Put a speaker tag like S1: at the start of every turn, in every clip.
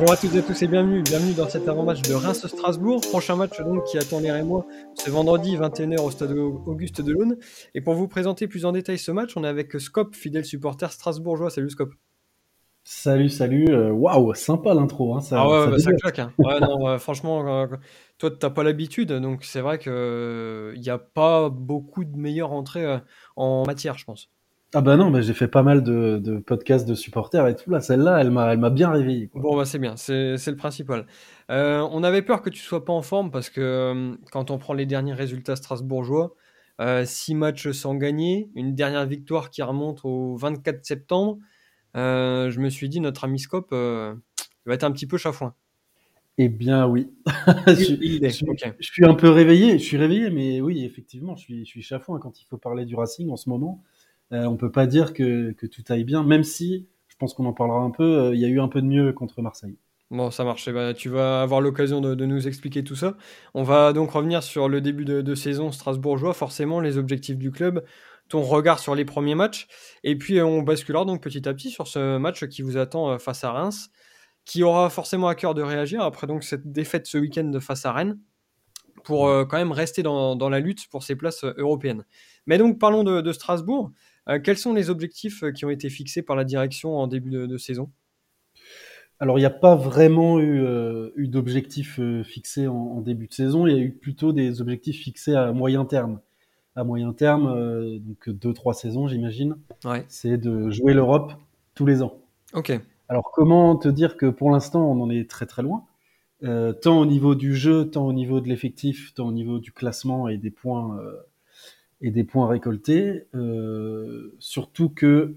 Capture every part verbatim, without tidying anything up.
S1: Bonjour à toutes et à tous et bienvenue, bienvenue dans cet avant-match de Reims-Strasbourg. Prochain match donc qui attend les Rémois ce vendredi vingt et une heures au stade Auguste Delaune. Et pour vous présenter plus en détail ce match, on est avec Scop, fidèle supporter strasbourgeois. Salut Scop.
S2: Salut, salut. euh, Waouh, sympa l'intro, hein,
S1: Ah
S2: ça,
S1: ouais,
S2: ça
S1: bah ça
S2: débloque.
S1: claque. Hein. Ouais, non, euh, franchement, euh, toi t'as pas l'habitude, donc c'est vrai que il n'y a pas beaucoup de meilleures entrées euh, en matière, je pense.
S2: Ah bah non, bah j'ai fait pas mal de, de podcasts de supporters et tout là. Celle-là, elle m'a, elle m'a bien réveillé, quoi.
S1: Bon, bah c'est bien, c'est c'est le principal. Euh, on avait peur que tu sois pas en forme parce que euh, quand on prend les derniers résultats strasbourgeois, euh, six matchs sans gagner, une dernière victoire qui remonte au vingt-quatre septembre, euh, je me suis dit notre ami Scope euh, il va être un petit peu chafouin.
S2: Eh bien oui, je,
S1: Il,
S2: suis-
S1: il
S2: je,
S1: l'est,
S2: suis
S1: ok.
S2: je suis un peu réveillé. Je suis réveillé, mais oui, effectivement, je suis, je suis chafouin quand il faut parler du Racing en ce moment. Euh, on peut pas dire que, que tout aille bien, même si je pense qu'on en parlera un peu. euh, Il y a eu un peu de mieux contre Marseille.
S1: Bon, ça marche. Eh ben, tu vas avoir l'occasion de, de nous expliquer tout ça. On va donc revenir sur le début de, de saison strasbourgeois, forcément les objectifs du club, ton regard sur les premiers matchs, et puis euh, on basculera donc petit à petit sur ce match qui vous attend euh, face à Reims, qui aura forcément à cœur de réagir après donc cette défaite ce week-end face à Rennes, pour
S2: Ouais.
S1: euh, quand même rester dans, dans la lutte pour ces places euh, européennes. Mais donc parlons de, de Strasbourg. Euh, quels sont les objectifs euh, qui ont été fixés par la direction en début de, de saison?
S2: Alors, il n'y a pas vraiment eu, euh, eu d'objectifs euh, fixés en, en début de saison. Il y a eu plutôt des objectifs fixés à moyen terme. À moyen terme, euh, donc deux, trois saisons, j'imagine,
S1: Ouais,
S2: c'est de jouer l'Europe tous les ans.
S1: ok.
S2: Alors, comment te dire que pour l'instant, on en est très très loin, euh, tant au niveau du jeu, tant au niveau de l'effectif, tant au niveau du classement et des points euh, et des points récoltés. Euh, surtout que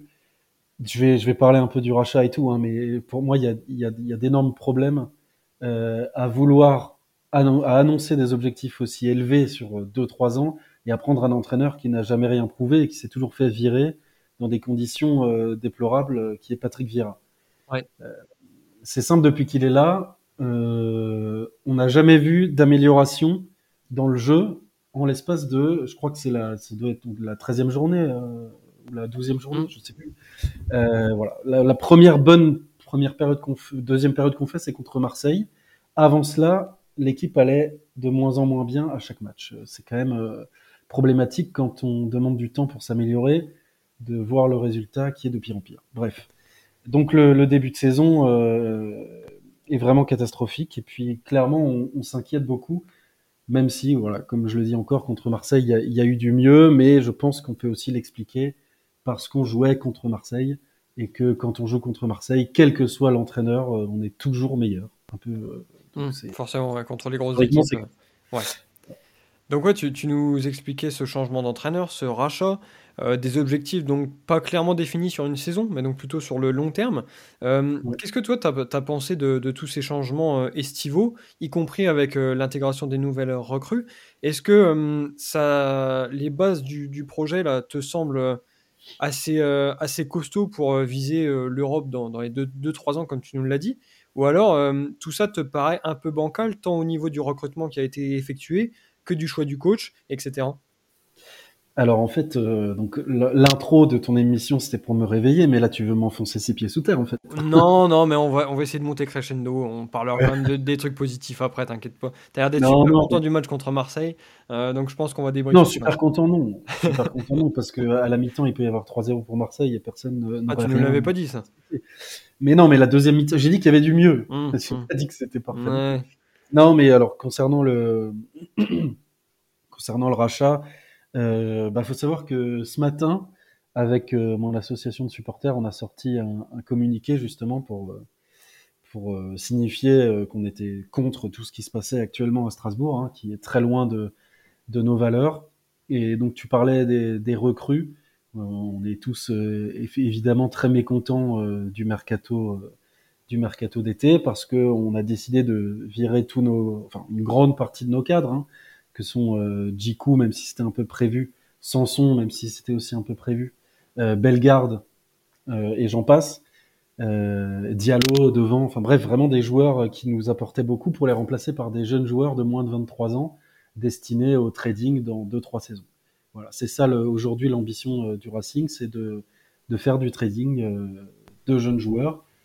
S2: je vais je vais parler un peu du rachat et tout, hein, mais pour moi, il y a il y a, il y a d'énormes problèmes euh, à vouloir annon- à annoncer des objectifs aussi élevés sur deux trois ans et à prendre un entraîneur qui n'a jamais rien prouvé et qui s'est toujours fait virer dans des conditions euh, déplorables, euh, qui est Patrick Vieira.
S1: Ouais.
S2: C'est simple, depuis qu'il est là, euh, on n'a jamais vu d'amélioration dans le jeu en l'espace de, je crois que c'est la, ça doit être la treizième journée euh, ou la douzième journée,
S1: Mm.
S2: je sais plus. Euh, voilà, la, la première bonne première période qu'on fait, deuxième période qu'on fait, c'est contre Marseille. Avant cela, l'équipe allait de moins en moins bien à chaque match. C'est quand même euh, problématique quand on demande du temps pour s'améliorer, de voir le résultat qui est de pire en pire. Bref. Donc le, le début de saison euh, est vraiment catastrophique et puis clairement on, on s'inquiète beaucoup, même si voilà, comme je le dis encore, contre Marseille il y a, il y a eu du mieux, mais je pense qu'on peut aussi l'expliquer parce qu'on jouait contre Marseille et que quand on joue contre Marseille, quel que soit l'entraîneur, euh, on est toujours meilleur. Un peu, euh, donc
S1: Mm.
S2: c'est
S1: Forcément, ouais, contre les grosses
S2: historiquement
S1: équipes.
S2: c'est
S1: euh, Ouais. Donc ouais, tu, tu nous expliquais ce changement d'entraîneur, ce rachat, euh, des objectifs donc pas clairement définis sur une saison, mais donc plutôt sur le long terme. Euh,
S2: ouais.
S1: qu'est-ce que toi, tu as pensé de, de tous ces changements euh, estivaux, y compris avec euh, l'intégration des nouvelles recrues? Est-ce que euh, ça, les bases du, du projet là, te semblent assez, euh, assez costauds pour euh, viser euh, l'Europe dans, dans les deux, deux, trois ans, comme tu nous l'as dit? Ou alors, euh, tout ça te paraît un peu bancal, tant au niveau du recrutement qui a été effectué, que du choix du coach, et cetera.
S2: Alors en fait, euh, donc l- l'intro de ton émission c'était pour me réveiller, mais là tu veux m'enfoncer ses pieds sous terre en fait.
S1: Non, non, mais on va, on va essayer de monter crescendo. On parlera quand même de- des trucs positifs après, t'inquiète pas. T'as l'air d'être
S2: Non,
S1: super content
S2: non,
S1: du match contre Marseille, euh, donc je pense qu'on va
S2: non,
S1: débriefer ce
S2: super
S1: match.
S2: content non, super content non, parce que à la mi-temps il peut y avoir trois zéro pour Marseille et personne ne-
S1: Ah,
S2: n'aurait
S1: tu nous
S2: rien
S1: l'avais pas dit ça.
S2: accepté. Mais non, mais la deuxième mi-temps, j'ai dit qu'il y avait du mieux.
S1: Hum,
S2: J'ai
S1: hum.
S2: pas dit que c'était parfait non plus.
S1: Ouais,
S2: Non, mais alors concernant le concernant le rachat, euh, bah faut savoir que ce matin, avec euh, mon association de supporters, on a sorti un, un communiqué justement pour euh, pour euh, signifier euh, qu'on était contre tout ce qui se passait actuellement à Strasbourg, hein, qui est très loin de de nos valeurs. Et donc tu parlais des, des recrues. Euh, on est tous euh, évidemment très mécontents euh, du mercato euh, du mercato d'été parce que on a décidé de virer tous nos, enfin une grande partie de nos cadres, hein, que sont euh, Djikou, même si c'était un peu prévu, Sanson, même si c'était aussi un peu prévu, euh, Bellegarde euh, et j'en passe. Euh, Diallo devant, enfin bref, vraiment des joueurs qui nous apportaient beaucoup pour les remplacer par des jeunes joueurs de moins de vingt-trois ans destinés au trading dans deux trois saisons. Voilà, c'est ça le, aujourd'hui l'ambition euh, du Racing, c'est de, de faire du trading euh, de jeunes joueurs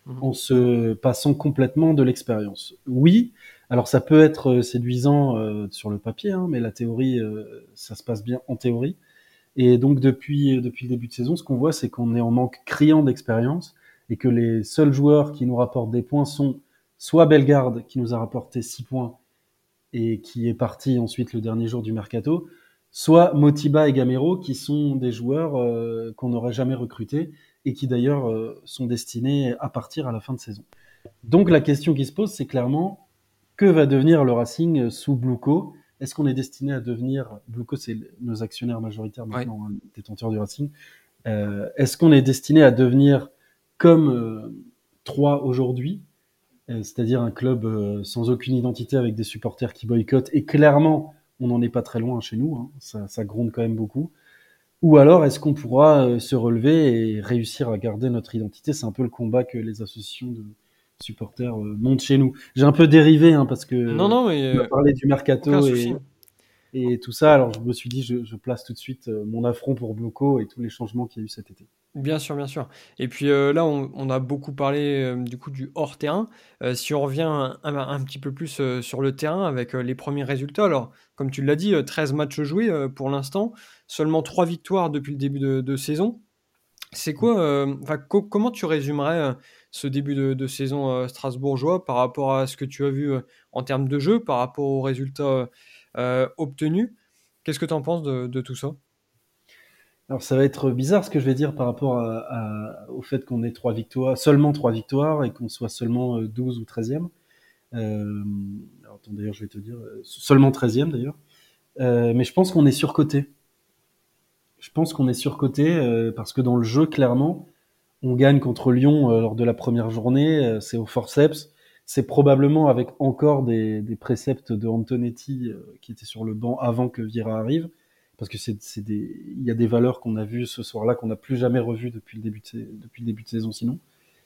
S1: Mhm.
S2: en se passant complètement de l'expérience. Oui, alors ça peut être séduisant euh, sur le papier, hein, mais la théorie, euh, ça se passe bien en théorie. Et donc depuis, depuis le début de saison, ce qu'on voit, c'est qu'on est en manque criant d'expérience et que les seuls joueurs qui nous rapportent des points sont soit Bellegarde, qui nous a rapporté six points et qui est parti ensuite le dernier jour du mercato, soit Motiba et Gamero, qui sont des joueurs euh, qu'on n'aurait jamais recrutés et qui d'ailleurs euh, sont destinés à partir à la fin de saison. Donc la question qui se pose, c'est clairement que va devenir le Racing sous Bluco? Est-ce qu'on est destiné à devenir, Bluco c'est nos actionnaires majoritaires
S1: Ouais.
S2: maintenant, hein, détenteurs du Racing, euh, est-ce qu'on est destiné à devenir comme euh, Troyes aujourd'hui, euh, c'est-à-dire un club euh, sans aucune identité avec des supporters qui boycottent, et clairement on n'en est pas très loin chez nous, hein, ça, ça gronde quand même beaucoup, ou alors est-ce qu'on pourra euh, se relever et réussir à garder notre identité? C'est un peu le combat que les associations de supporters euh, montent chez nous. J'ai un peu dérivé hein, parce
S1: Non,
S2: que
S1: non, mais
S2: on a
S1: euh,
S2: parlé du
S1: aucun
S2: mercato
S1: souci.
S2: et, et tout ça, alors je me suis dit je, je place tout de suite euh, mon affront pour Bloco et tous les changements qu'il y a eu cet été.
S1: Bien sûr, bien sûr. Et puis euh, là, on, on a beaucoup parlé euh, du coup du hors-terrain. Euh, si on revient un, un- un petit peu plus euh, sur le terrain avec euh, les premiers résultats, alors comme tu l'as dit, euh, treize matchs joués euh, pour l'instant, seulement trois victoires depuis le début de, de saison. C'est quoi, euh, enfin, co- comment tu résumerais euh, ce début de, de saison euh, strasbourgeois par rapport à ce que tu as vu euh, en termes de jeu, par rapport aux résultats euh, obtenus? Qu'est-ce que tu en penses de, de tout ça?
S2: Alors ça va être bizarre ce que je vais dire par rapport à, à- au fait qu'on ait trois victoires, seulement trois victoires et qu'on soit seulement euh, douze ou treizième. Euh, alors attends d'ailleurs je vais te dire, euh, seulement treizième d'ailleurs. Euh, mais je pense qu'on est surcoté. Je pense qu'on est surcoté euh, parce que dans le jeu, clairement, on gagne contre Lyon euh, lors de la première journée, euh, c'est au forceps. C'est probablement avec encore des, des préceptes de Antonetti euh, qui était sur le banc avant que Vieira arrive, parce que c'est, c'est des, il y a des valeurs qu'on a vues ce soir-là qu'on n'a plus jamais revues depuis le début de, depuis le début de saison sinon.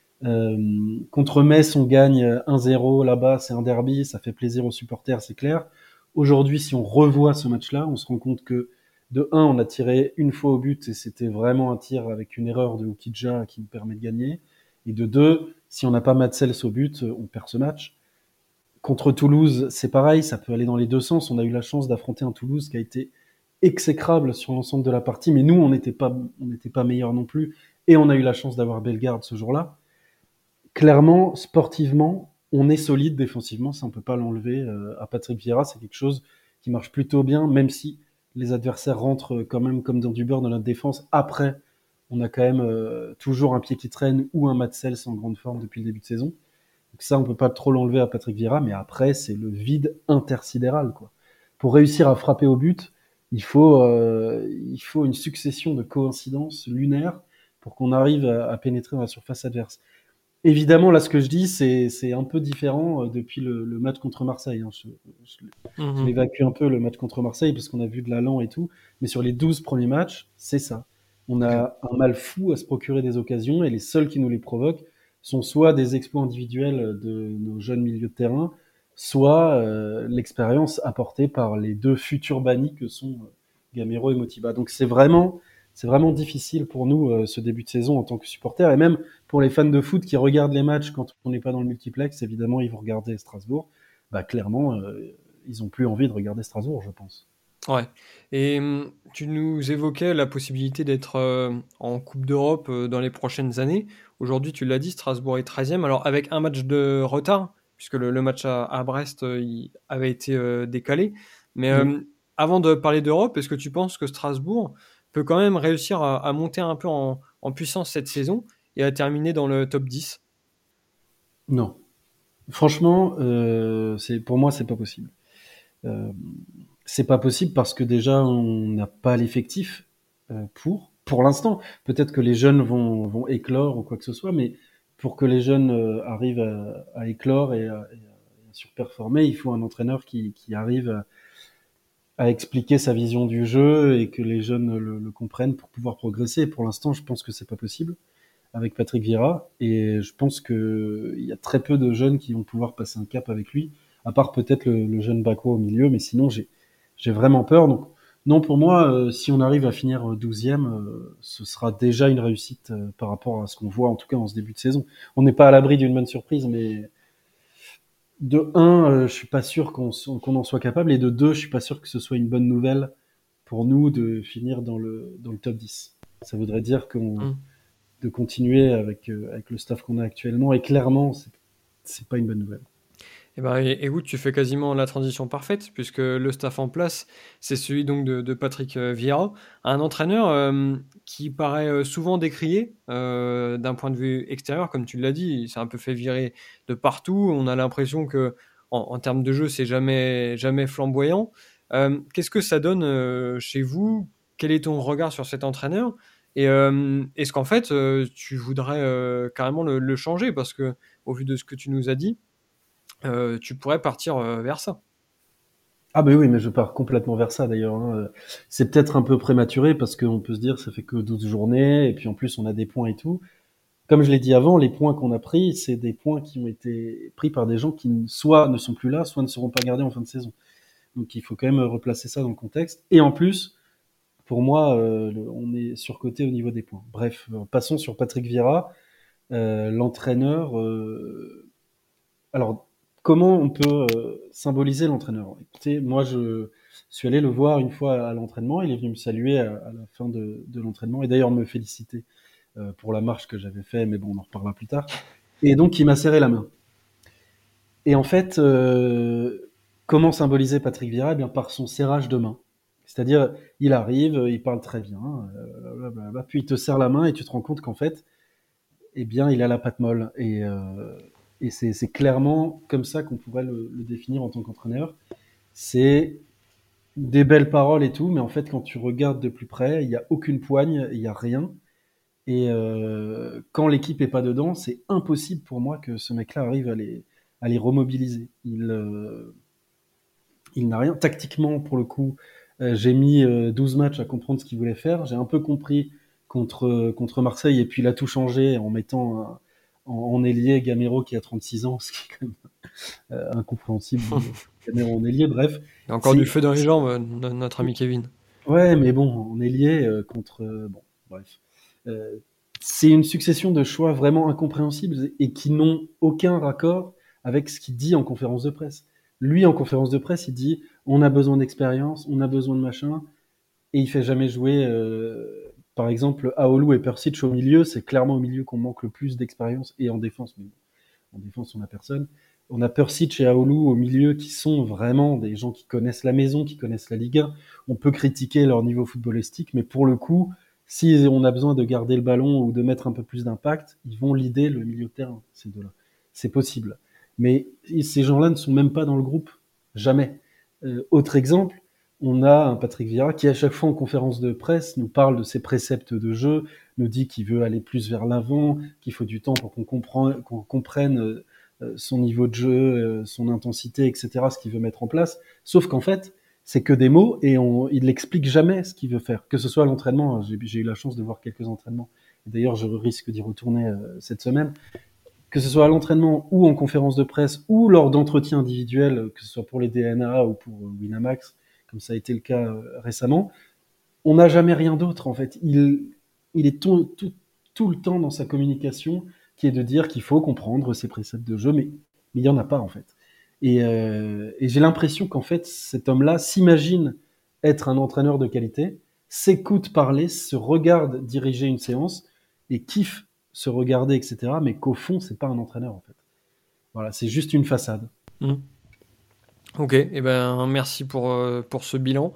S2: Euh, contre Metz, on gagne un zéro là-bas, c'est un derby, ça fait plaisir aux supporters, c'est clair. Aujourd'hui, si on revoit ce match-là, on se rend compte que de un, on a tiré une fois au but et c'était vraiment un tir avec une erreur de Ukidja qui nous permet de gagner. Et de deux, si on n'a pas Matsels au but, on perd ce match. Contre Toulouse, c'est pareil, ça peut aller dans les deux sens. On a eu la chance d'affronter un Toulouse qui a été exécrable sur l'ensemble de la partie, mais nous, on n'était pas, on n'était pas meilleurs non plus. Et on a eu la chance d'avoir Bellegarde ce jour-là. Clairement, sportivement, on est solide défensivement, ça on peut pas l'enlever euh, à Patrick Vieira, c'est quelque chose qui marche plutôt bien, même si les adversaires rentrent quand même comme dans du beurre dans notre défense. Après, on a quand même euh, toujours un pied qui traîne ou un Matsels en grande forme depuis le début de saison. Donc ça, on peut pas trop l'enlever à Patrick Vieira, mais après, c'est le vide intersidéral, quoi. Pour réussir à frapper au but, il faut, euh, il faut une succession de coïncidences lunaires pour qu'on arrive à, à pénétrer dans la surface adverse. Évidemment, là, ce que je dis, c'est, c'est un peu différent euh, depuis le, le match contre Marseille, hein. Je, je, je
S1: Mhm.
S2: l'évacue un peu, le match contre Marseille, parce qu'on a vu de l'allant et tout. Mais sur les douze premiers matchs, c'est ça. On
S1: Ok.
S2: a un mal fou à se procurer des occasions, et les seuls qui nous les provoquent sont soit des exploits individuels de nos jeunes milieux de terrain, soit euh, l'expérience apportée par les deux futurs bannis que sont euh, Gamero et Motiba. Donc c'est vraiment, c'est vraiment difficile pour nous euh, ce début de saison en tant que supporters, et même pour les fans de foot qui regardent les matchs quand on n'est pas dans le multiplex, évidemment, ils vont regarder Strasbourg. Bah, clairement, euh, ils ont plus envie de regarder Strasbourg, je pense.
S1: Ouais. Et hum, tu nous évoquais la possibilité d'être euh, en Coupe d'Europe euh, dans les prochaines années. Aujourd'hui, tu l'as dit, Strasbourg est treizième. Alors, avec un match de retard, puisque le, le match à, à Brest euh, il avait été euh, décalé. Mais
S2: Oui.
S1: euh, avant de parler d'Europe, est-ce que tu penses que Strasbourg peut quand même réussir à, à monter un peu en, en puissance cette saison et à terminer dans le top dix?
S2: Non. Franchement, euh, c'est, pour moi, c'est pas possible. Euh, c'est pas possible parce que déjà, on n'a pas l'effectif euh, pour, pour l'instant. Peut-être que les jeunes vont, vont éclore ou quoi que ce soit, mais pour que les jeunes euh, arrivent à, à éclore et à, et à surperformer, il faut un entraîneur qui, qui arrive à, à expliquer sa vision du jeu et que les jeunes le, le comprennent pour pouvoir progresser. Pour l'instant, je pense que c'est pas possible avec Patrick Vieira et je pense que il y a très peu de jeunes qui vont pouvoir passer un cap avec lui, à part peut-être le, le jeune Bacro au milieu, mais sinon j'ai j'ai vraiment peur. Donc Non, pour moi, euh, si on arrive à finir douzième, euh, ce sera déjà une réussite euh, par rapport à ce qu'on voit, en tout cas en ce début de saison. On n'est pas à l'abri d'une bonne surprise, mais de un, euh, je suis pas sûr qu'on s- qu'on en soit capable, et de deux, je suis pas sûr que ce soit une bonne nouvelle pour nous de finir dans le, dans le top dix. Ça voudrait dire qu'on
S1: Mm.
S2: de continuer avec, euh, avec le staff qu'on a actuellement, et clairement, c'est c'est pas une bonne nouvelle.
S1: Eh ben, é- écoute, tu fais quasiment la transition parfaite, puisque le staff en place, c'est celui donc de, de Patrick euh, Vieira, un entraîneur euh, qui paraît euh, souvent décrié euh, d'un point de vue extérieur, comme tu l'as dit, il s'est un peu fait virer de partout. On a l'impression que, en, en termes de jeu, c'est jamais, jamais flamboyant. Euh, qu'est-ce que ça donne euh, chez vous? Quel est ton regard sur cet entraîneur? Et euh, est-ce qu'en fait, euh, tu voudrais euh, carrément le, le changer? Parce que, au vu de ce que tu nous as dit, euh, tu pourrais partir euh, vers ça.
S2: Ah ben oui, mais je pars complètement vers ça d'ailleurs, hein. C'est peut-être un peu prématuré parce qu'on peut se dire ça fait que douze journées et puis en plus on a des points et tout. Comme je l'ai dit avant, les points qu'on a pris, c'est des points qui ont été pris par des gens qui n- soit ne sont plus là, soit ne seront pas gardés en fin de saison. Donc il faut quand même replacer ça dans le contexte. Et en plus, pour moi, euh, le- on est surcoté au niveau des points. Bref, euh, passons sur Patrick Vieira, euh, l'entraîneur. euh, Alors, comment on peut euh, symboliser l'entraîneur? Écoutez, moi, je suis allé le voir une fois à l'entraînement. Il est venu me saluer à, à la fin de, de l'entraînement et d'ailleurs me féliciter euh, pour la marche que j'avais fait, mais bon, on en reparlera plus tard. Et donc, il m'a serré la main. Et en fait, euh, comment symboliser Patrick Vieira? Eh bien, par son serrage de main. C'est-à-dire, il arrive, il parle très bien, euh, blablabla, puis il te serre la main et tu te rends compte qu'en fait, eh bien, il a la patte molle. Et, euh, et c'est, c'est clairement comme ça qu'on pourrait le, le définir en tant qu'entraîneur. C'est des belles paroles et tout, mais en fait, quand tu regardes de plus près, il n'y a aucune poigne, il n'y a rien. Et euh, quand l'équipe est pas dedans, c'est impossible pour moi que ce mec-là arrive à les, à les remobiliser. Il, euh, il n'a rien. Tactiquement, pour le coup, euh, j'ai mis euh, douze matchs à comprendre ce qu'il voulait faire. J'ai un peu compris contre, contre Marseille, et puis il a tout changé en mettant un- en, en ailier Gamero qui a trente-six ans, ce qui est quand même euh, incompréhensible. Mais Gamero en ailier, bref.
S1: Il y a encore du
S2: C'est,
S1: feu dans les jambes, euh, no- notre ami Kevin.
S2: ouais, mais bon, en ailier euh, contre. euh, bon, bref. Euh, c'est une succession de choix vraiment incompréhensibles et qui n'ont aucun raccord avec ce qu'il dit en conférence de presse. Lui, en conférence de presse, il dit on a besoin d'expérience, on a besoin de machin, et il fait jamais jouer, euh, par exemple, Aoulou et Persic au milieu. C'est clairement au milieu qu'on manque le plus d'expérience, et en défense, mais en défense, on a personne. On a Persic et Aoulou au milieu qui sont vraiment des gens qui connaissent la maison, qui connaissent la Ligue un. On peut critiquer leur niveau footballistique, mais pour le coup, si on a besoin de garder le ballon ou de mettre un peu plus d'impact, ils vont leader le milieu de terrain, ces deux-là. C'est possible. Mais ces gens-là ne sont même pas dans le groupe. Jamais. Euh, autre exemple, on a un Patrick Vieira qui, à chaque fois en conférence de presse, nous parle de ses préceptes de jeu, nous dit qu'il veut aller plus vers l'avant, qu'il faut du temps pour qu'on comprenne, qu'on comprenne euh, son niveau de jeu, euh, son intensité, et cetera, ce qu'il veut mettre en place. Sauf qu'en fait, c'est que des mots et on, il n'explique jamais ce qu'il veut faire. Que ce soit à l'entraînement, j'ai, j'ai eu la chance de voir quelques entraînements. D'ailleurs, je risque d'y retourner euh, cette semaine. Que ce soit à l'entraînement ou en conférence de presse ou lors d'entretiens individuels, que ce soit pour les D N A ou pour euh, Winamax, comme ça a été le cas euh, récemment, on n'a jamais rien d'autre en fait. Il, il est tout, tout, tout le temps dans sa communication qui est de dire qu'il faut comprendre ses préceptes de jeu, mais, mais il n'y en a pas en fait. Et, euh, et j'ai l'impression qu'en fait cet homme-là s'imagine être un entraîneur de qualité, s'écoute parler, se regarde diriger une séance et kiffe se regarder, et cetera. Mais qu'au fond, c'est pas un entraîneur en fait. Voilà, c'est juste une façade.
S1: Hmm. Ok, et eh ben merci pour, euh, pour ce bilan.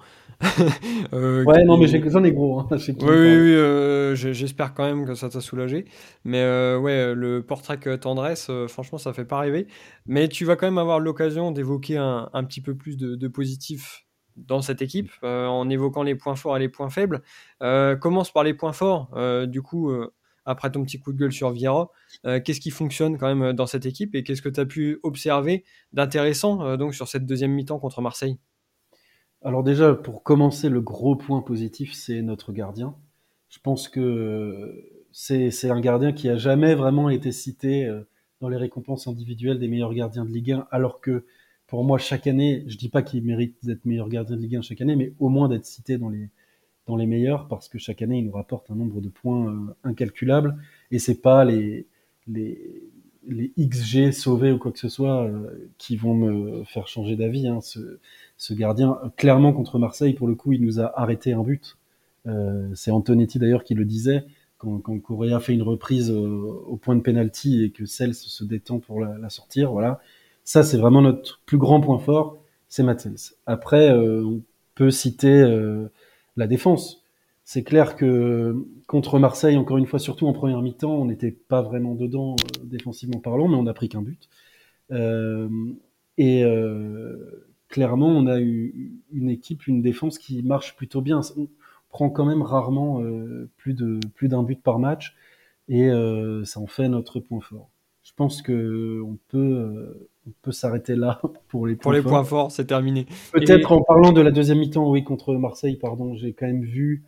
S1: Euh,
S2: Ouais, non, mais
S1: qui...
S2: j'ai- j'en ai gros, hein, je sais
S1: Oui,
S2: qu'il en
S1: oui,
S2: parle.
S1: oui, euh, j'ai- j'espère quand même que ça t'a soulagé. Mais euh, ouais, le portrait que tendresse, euh, franchement, ça fait pas rêver. Mais tu vas quand même avoir l'occasion d'évoquer un, un petit peu plus de, de positif dans cette équipe, euh, en évoquant les points forts et les points faibles. Euh, commence par les points forts. Euh, du coup, euh, après ton petit coup de gueule sur Vieira, euh, qu'est-ce qui fonctionne quand même dans cette équipe et qu'est-ce que tu as pu observer d'intéressant euh, donc sur cette deuxième mi-temps contre Marseille?
S2: Alors déjà, pour commencer, le gros point positif, c'est notre gardien. Je pense que euh, c'est c'est un gardien qui a jamais vraiment été cité euh, dans les récompenses individuelles des meilleurs gardiens de Ligue un, alors que pour moi, chaque année, je dis pas qu'il mérite d'être meilleur gardien de Ligue un chaque année, mais au moins d'être cité dans les, dans les meilleurs, parce que chaque année, il nous rapporte un nombre de points euh, incalculable, et c'est pas les, les, les X G sauvés ou quoi que ce soit euh, qui vont me faire changer d'avis. Hein. Ce, ce gardien, clairement contre Marseille, pour le coup, il nous a arrêté un but. Euh, c'est Antonetti d'ailleurs qui le disait, quand, quand Correa fait une reprise au, au point de pénalty et que Sels se détend pour la, la sortir, voilà. Ça, c'est vraiment notre plus grand point fort, c'est Matt Sels. Après, euh, on peut citer euh, la défense. C'est clair que contre Marseille, encore une fois, surtout en première mi-temps, on n'était pas vraiment dedans euh, défensivement parlant, mais on n'a pris qu'un but. Euh, et euh, clairement, on a eu une équipe, une défense qui marche plutôt bien. On prend quand même rarement euh, plus de plus d'un but par match, et euh, ça en fait notre point fort. Je pense que on peut euh, on peut s'arrêter là pour les
S1: Pour
S2: points
S1: les
S2: forts.
S1: points forts, c'est terminé.
S2: Peut-être
S1: Et
S2: en parlant de la deuxième mi-temps, oui, contre Marseille, pardon, j'ai quand même vu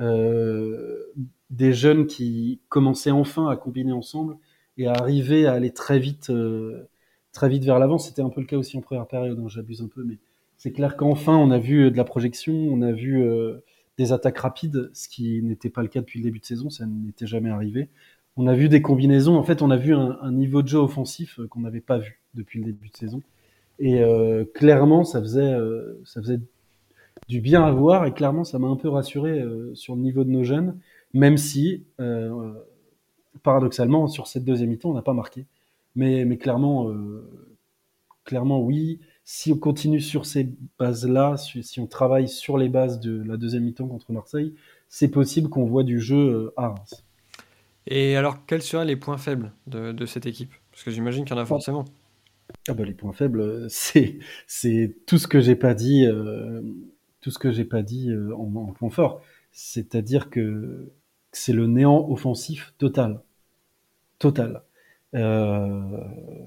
S2: euh, des jeunes qui commençaient enfin à combiner ensemble et à arriver à aller très vite, euh, très vite vers l'avant. C'était un peu le cas aussi en première période, hein, j'abuse un peu, mais c'est clair qu'enfin on a vu euh, de la projection, on a vu euh, des attaques rapides, ce qui n'était pas le cas depuis le début de saison, ça n'était jamais arrivé. On a vu des combinaisons, en fait, on a vu un, un niveau de jeu offensif euh, qu'on n'avait pas vu depuis le début de saison. Et euh, clairement, ça faisait, euh, ça faisait du bien à voir, et clairement, ça m'a un peu rassuré euh, sur le niveau de nos jeunes, même si, euh, paradoxalement, sur cette deuxième mi-temps, on n'a pas marqué. Mais, mais clairement, euh, clairement, oui, si on continue sur ces bases-là, si, si on travaille sur les bases de la deuxième mi-temps contre Marseille, c'est possible qu'on voit du jeu euh, à Reims.
S1: Et alors, quels seraient les points faibles de, de cette équipe? Parce que j'imagine qu'il y en a forcément.
S2: Ah bah, les points faibles, euh, c'est c'est tout ce que j'ai pas dit, euh, tout ce que j'ai pas dit euh, en, en point fort. C'est-à-dire que c'est le néant offensif total, total. Euh,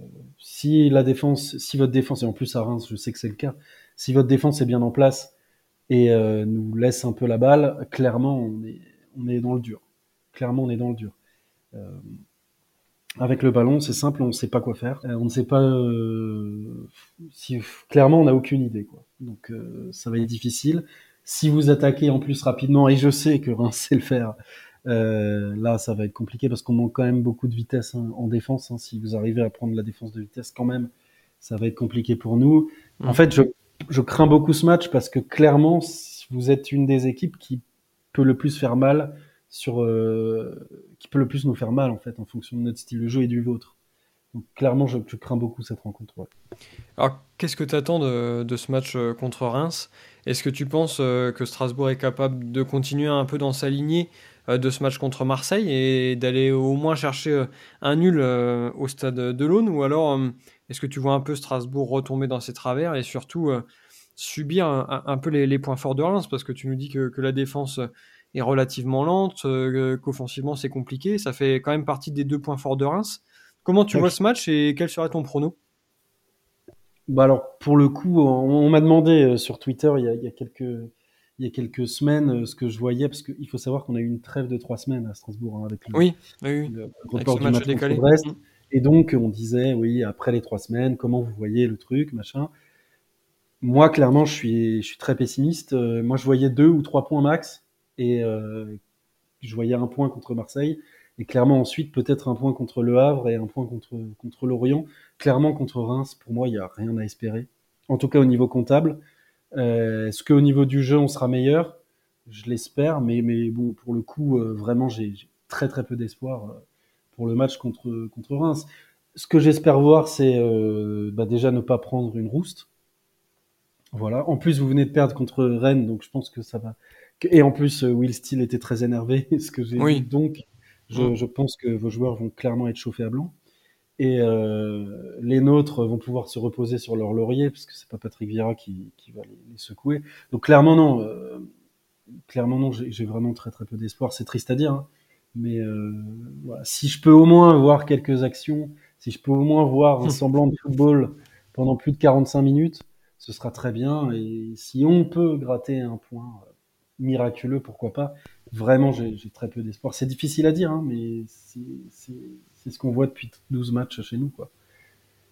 S2: si la défense, si votre défense, et en plus à Reims, je sais que c'est le cas, si votre défense est bien en place et euh, nous laisse un peu la balle, clairement on est on est dans le dur. Clairement on est dans le dur. Euh, Avec le ballon, c'est simple, on ne sait pas quoi faire. Euh, on ne sait pas euh, si clairement on n'a aucune idée quoi. Donc euh, ça va être difficile. Si vous attaquez en plus rapidement, et je sais que Reims sait le faire, euh, là ça va être compliqué parce qu'on manque quand même beaucoup de vitesse hein, en défense. Hein. Si vous arrivez à prendre la défense de vitesse quand même, ça va être compliqué pour nous. En
S1: Hmm.
S2: fait, je, je crains beaucoup ce match parce que clairement, vous êtes une des équipes qui peut le plus faire mal sur euh, qui peut le plus nous faire mal en fait en fonction de notre style de jeu et du vôtre. Donc clairement, je, je crains beaucoup cette rencontre. Ouais.
S1: Alors, qu'est-ce que tu attends de, de ce match euh, contre Reims? Est-ce que tu penses euh, que Strasbourg est capable de continuer un peu dans sa lignée euh, de ce match contre Marseille et d'aller au moins chercher euh, un nul euh, au stade de l'Aune? Ou alors, euh, est-ce que tu vois un peu Strasbourg retomber dans ses travers et surtout euh, subir un, un- un peu les, les points forts de Reims? Parce que tu nous dis que, que la défense est relativement lente, euh, qu'offensivement c'est compliqué. Ça fait quand même partie des deux points forts de Reims. Comment tu
S2: Ouais.
S1: vois ce match et quel serait ton prono?
S2: Bah alors pour le coup, on, on m'a demandé euh, sur Twitter il y a, il y a quelques il y a quelques semaines euh, ce que je voyais parce qu'il faut savoir qu'on a eu une trêve de trois semaines à Strasbourg hein, avec le,
S1: Oui, oui, oui.
S2: le
S1: Avec
S2: report
S1: ce
S2: du
S1: match
S2: match contre
S1: décalé.
S2: Brest.
S1: Mm.
S2: Et donc on disait oui après les trois semaines comment vous voyez le truc machin. Moi, clairement, je suis, je suis très pessimiste. Euh, moi, je voyais deux ou trois points max, et euh, je voyais un point contre Marseille, et clairement ensuite peut-être un point contre Le Havre et un point contre, contre Lorient. Clairement, contre Reims, pour moi, il n'y a rien à espérer. En tout cas, au niveau comptable. Euh, est-ce qu'au niveau du jeu, on sera meilleur? Je l'espère, mais, mais bon, pour le coup, euh, vraiment, j'ai j'ai très très peu d'espoir euh, pour le match contre, contre Reims. Ce que j'espère voir, c'est euh, bah, déjà ne pas prendre une rouste. Voilà. En plus, vous venez de perdre contre Rennes, donc je pense que ça va. Et en plus, euh, Will Steele était très énervé, ce que j'ai vu.
S1: Oui.
S2: Donc,
S1: Mm.
S2: je, je pense que vos joueurs vont clairement être chauffés à blanc. Et euh, les nôtres vont pouvoir se reposer sur leur laurier, parce que c'est pas Patrick Vieira qui, qui va les, les secouer. Donc, clairement, non. Euh, clairement, non. J'ai j'ai vraiment très, très peu d'espoir. C'est triste à dire. Hein. Mais euh, voilà. Si je peux au moins voir quelques actions, si je peux au moins voir un semblant de football pendant plus de quarante-cinq minutes, ce sera très bien. Et si on peut gratter un point euh, miraculeux, pourquoi pas. Vraiment, j'ai j'ai très peu d'espoir. C'est difficile à dire, hein, mais c'est c'est- c'est ce qu'on voit depuis douze matchs chez nous, quoi.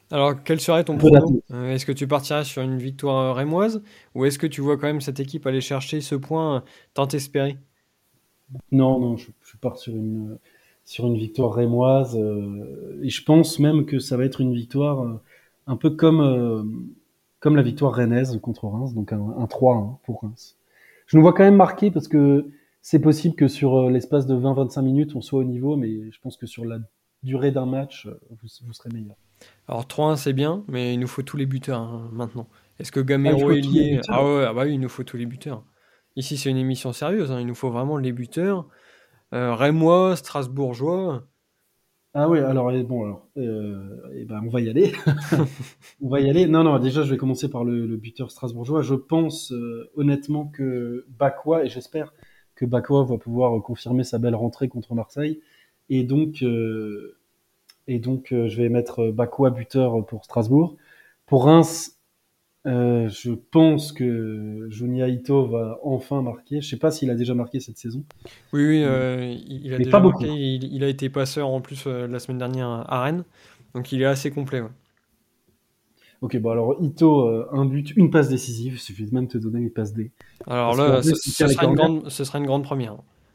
S1: Alors, quel serait ton
S2: Un peu
S1: prono?
S2: d'attente.
S1: Euh, Est-ce que tu partirais sur une victoire euh, rémoise ou est-ce que tu vois quand même cette équipe aller chercher ce point euh, tant espéré?
S2: Non, non, je, je pars sur une, sur une victoire rémoise. Euh, et je pense même que ça va être une victoire euh, un peu comme, euh, comme la victoire rennaise contre Reims, donc un, un trois un pour Reims. Je nous vois quand même marquer parce que c'est possible que sur euh, l'espace de vingt vingt-cinq minutes, on soit au niveau, mais je pense que sur la durée d'un match, euh, vous, vous serez meilleur.
S1: Alors trois un c'est bien, mais il nous faut tous les buteurs hein, maintenant. Est-ce que
S2: Ah, il
S1: Gamero
S2: faut
S1: est
S2: tous les
S1: lié? Ah
S2: buteurs.
S1: ouais, ah bah oui, il nous faut tous les buteurs. Ici c'est une émission sérieuse, hein, il nous faut vraiment les buteurs. Euh, Rémois, Strasbourgeois.
S2: Ah oui, alors eh, bon alors, euh, eh ben on va y aller. On va y aller. Non, non, déjà, je vais commencer par le, le buteur strasbourgeois. Je pense euh, honnêtement que Bakwa, et j'espère que Bakwa va pouvoir euh, confirmer sa belle rentrée contre Marseille. Et donc, euh, et donc euh, je vais mettre euh, Bakwa buteur pour Strasbourg. Pour Reims, euh, je pense que Junya Ito va enfin marquer. Je sais pas s'il a déjà marqué cette saison,
S1: Oui, oui,
S2: mais,
S1: euh, il, il a
S2: mais pas
S1: déjà
S2: beaucoup.
S1: marqué. Il, il a été passeur en plus euh, la semaine dernière à Rennes, donc il est assez complet. Ouais.
S2: Ok, bon alors Ito, euh, un but, une passe décisive. Il suffit de même te donner les passes D.
S1: Alors
S2: Parce qu'en
S1: là, ce,
S2: plus, il
S1: ce
S2: tire les
S1: sera une
S2: corners.
S1: grande, ce sera une grande première.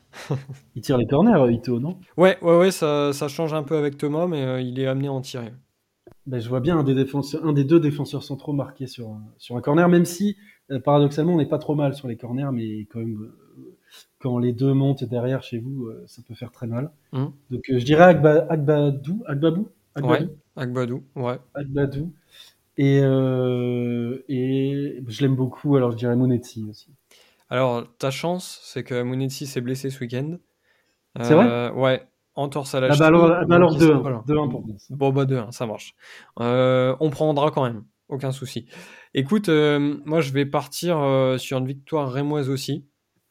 S2: Il tire les corners, euh, Ito, non?
S1: Ouais, ouais, ouais, ça, ça change un peu avec Thomas, mais euh, il est amené à en tirer.
S2: Ben, je vois bien un des, défenseurs, un des deux défenseurs centraux marqués sur un, sur un corner, même si euh, paradoxalement on n'est pas trop mal sur les corners, mais quand même, euh, quand les deux montent derrière chez vous, euh, ça peut faire très mal.
S1: Hmm.
S2: Donc euh, je dirais Agba, Agbadou, Agbabou,
S1: Ouais,
S2: Agbadou,
S1: Agbadou, ouais.
S2: Agbadou. Et, euh, et je l'aime beaucoup, alors je dirais Monetti aussi.
S1: Alors, ta chance, c'est que Monetti s'est blessé ce week-end.
S2: C'est vrai?
S1: Euh, ouais, entorse à la
S2: Ah bah alors,
S1: cheville,
S2: ah bah
S1: donc
S2: alors
S1: il sera
S2: deux un,
S1: pas là.
S2: deux un pour Reims.
S1: Bon, bah deux un, ça marche. Euh, on prendra quand même, aucun souci. Écoute, euh, moi je vais partir euh, sur une victoire rémoise aussi.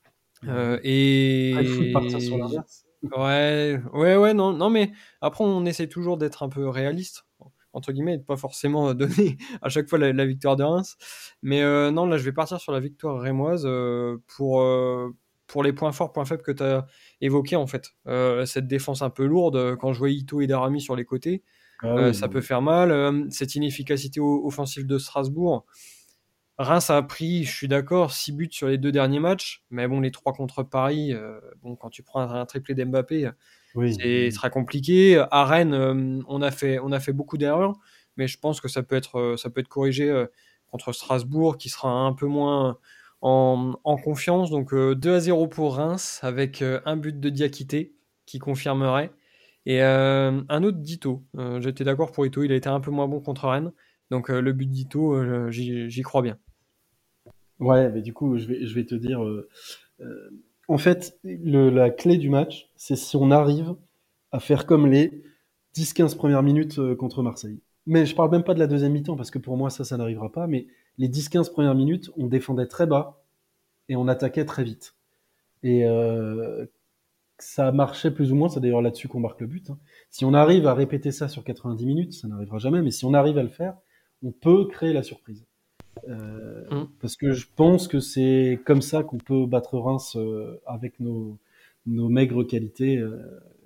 S1: Euh,
S2: Ouais. Très fou de partir sur
S1: et
S2: l'inverse.
S1: ouais, ouais, ouais, non, non, mais après on essaie toujours d'être un peu réaliste, entre guillemets, et de pas forcément donner à chaque fois la, la victoire de Reims. Mais euh, non, là je vais partir sur la victoire rémoise euh, pour, euh, pour les points forts, points faibles que tu as évoqués en fait. Euh, cette défense un peu lourde, euh, quand je vois Ito et Darami sur les côtés,
S2: Ah
S1: euh,
S2: oui,
S1: ça
S2: non
S1: peut
S2: mais.
S1: faire mal. Euh, cette inefficacité o- offensive de Strasbourg. Reims a pris, je suis d'accord, six buts sur les deux derniers matchs, mais bon, les trois contre Paris, euh, bon, quand tu prends un, un triplé d'Mbappé,
S2: Oui,
S1: c'est
S2: oui.
S1: très compliqué. À Rennes, euh, on a fait, on a fait beaucoup d'erreurs, mais je pense que ça peut être, euh, ça peut être corrigé euh, contre Strasbourg, qui sera un peu moins en, en confiance. Donc euh, deux à zéro pour Reims, avec euh, un but de Diakité, qui confirmerait, et euh, un autre d'Ito. Euh, J'étais d'accord pour Ito, il a été un peu moins bon contre Rennes, donc euh, le but d'Ito, euh, j'y j'y crois bien.
S2: Ouais, mais du coup, je vais, je vais te dire. euh, euh, en fait, le- la clé du match, c'est si on arrive à faire comme les dix quinze premières minutes euh, contre Marseille. Mais je parle même pas de la deuxième mi-temps, parce que pour moi, ça, ça n'arrivera pas. Mais les dix quinze premières minutes, on défendait très bas et on attaquait très vite. Et euh, ça marchait plus ou moins. C'est d'ailleurs là-dessus qu'on marque le but, hein. Si on arrive à répéter ça sur quatre-vingt-dix minutes, ça n'arrivera jamais. Mais si on arrive à le faire, on peut créer la surprise. Euh,
S1: Mm.
S2: parce que je pense que c'est comme ça qu'on peut battre Reims euh, avec nos, nos maigres qualités euh,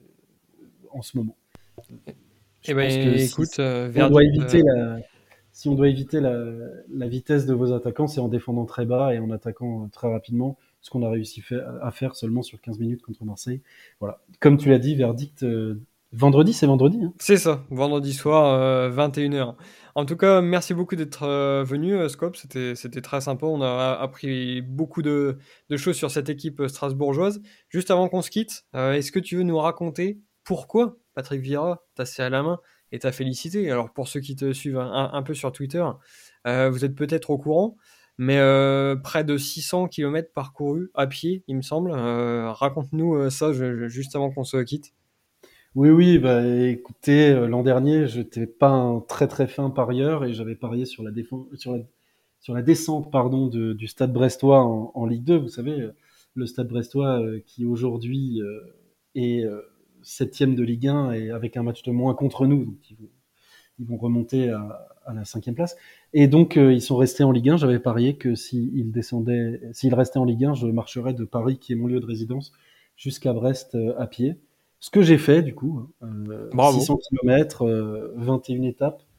S2: en ce moment. Je
S1: Eh
S2: pense que
S1: ben,
S2: si,
S1: écoute,
S2: si
S1: euh,
S2: on doit
S1: verdict.
S2: éviter
S1: euh,
S2: la, si on doit éviter la, la vitesse de vos attaquants, c'est en défendant très bas et en attaquant euh, très rapidement, ce qu'on a réussi fait- à faire seulement sur quinze minutes contre Marseille. Voilà. Comme tu l'as dit, verdict euh, vendredi, c'est vendredi, hein.
S1: c'est ça, vendredi soir, euh, vingt et une heures. En tout cas, merci beaucoup d'être euh, venu, euh, Scope. C'était, c'était très sympa. On a appris beaucoup de, de choses sur cette équipe euh, strasbourgeoise. Juste avant qu'on se quitte, euh, est-ce que tu veux nous raconter pourquoi Patrick Vieira t'a serré à la main et t'a félicité? Alors, pour ceux qui te suivent un, un peu sur Twitter, euh, vous êtes peut-être au courant, mais euh, près de six cents kilomètres parcourus à pied, il me semble. Euh, raconte-nous euh, ça je- je- juste avant qu'on se quitte.
S2: Oui, oui, bah écoutez, euh, l'an dernier, je n'étais pas un très très fin parieur et j'avais parié sur la défense, sur la, sur la descente pardon, de- du Stade Brestois en, en Ligue deux. Vous savez, euh, le Stade Brestois euh, qui aujourd'hui euh, est euh, septième de Ligue un et avec un match de moins contre nous, donc ils vont, ils vont remonter à, à la cinquième place. Et donc euh, ils sont restés en Ligue un. J'avais parié que s'ils descendaient, s'ils restaient en Ligue un, je marcherais de Paris, qui est mon lieu de résidence, jusqu'à Brest euh, à pied. Ce que j'ai fait, du coup, hein, euh,
S1: Bravo.
S2: six cents kilomètres, euh, vingt et une étapes.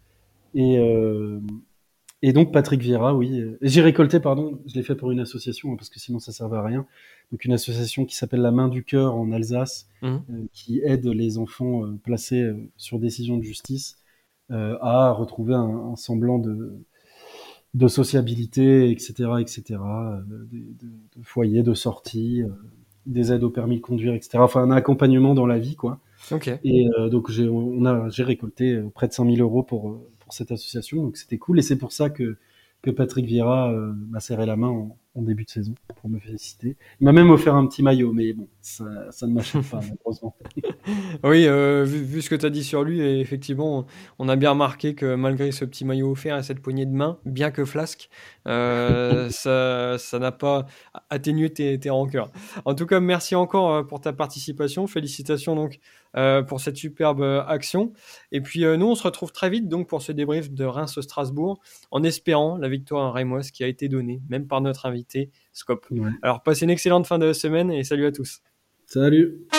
S2: Et, euh, et donc Patrick Vieira, oui. euh, J'ai récolté, pardon, je l'ai fait pour une association, hein, parce que sinon ça servait à rien. Donc une association qui s'appelle La Main du Cœur en Alsace,
S1: Mhm.
S2: euh, qui aide les enfants euh, placés euh, sur décision de justice euh, à retrouver un, un semblant de, de sociabilité, et cetera, et cetera, euh, de, de, de foyer, de sortie, euh, des aides au permis de conduire, et cetera. Enfin, un accompagnement dans la vie, quoi.
S1: Ok.
S2: Et euh, donc j'ai on a j'ai récolté euh, près de cinq mille euros pour euh, pour cette association, donc c'était cool. Et c'est pour ça que que Patrick Vieira euh, m'a serré la main en, en début de saison pour me féliciter. Il m'a même offert un petit maillot, mais bon, ça ça ne m'achète pas malheureusement.
S1: Oui, euh, vu, vu ce que tu as dit sur lui, et effectivement, on a bien remarqué que malgré ce petit maillot offert et cette poignée de main, bien que flasque, euh, ça, ça n'a pas atténué tes, tes rancœurs. En tout cas, merci encore euh, pour ta participation. Félicitations donc euh, pour cette superbe euh, action. Et puis euh, nous, on se retrouve très vite donc pour ce débrief de Reims-Strasbourg, en espérant la victoire rémoise qui a été donnée, même par notre invité Scop.
S2: Ouais.
S1: Alors, passez une excellente fin de semaine et salut à tous.
S2: Salut.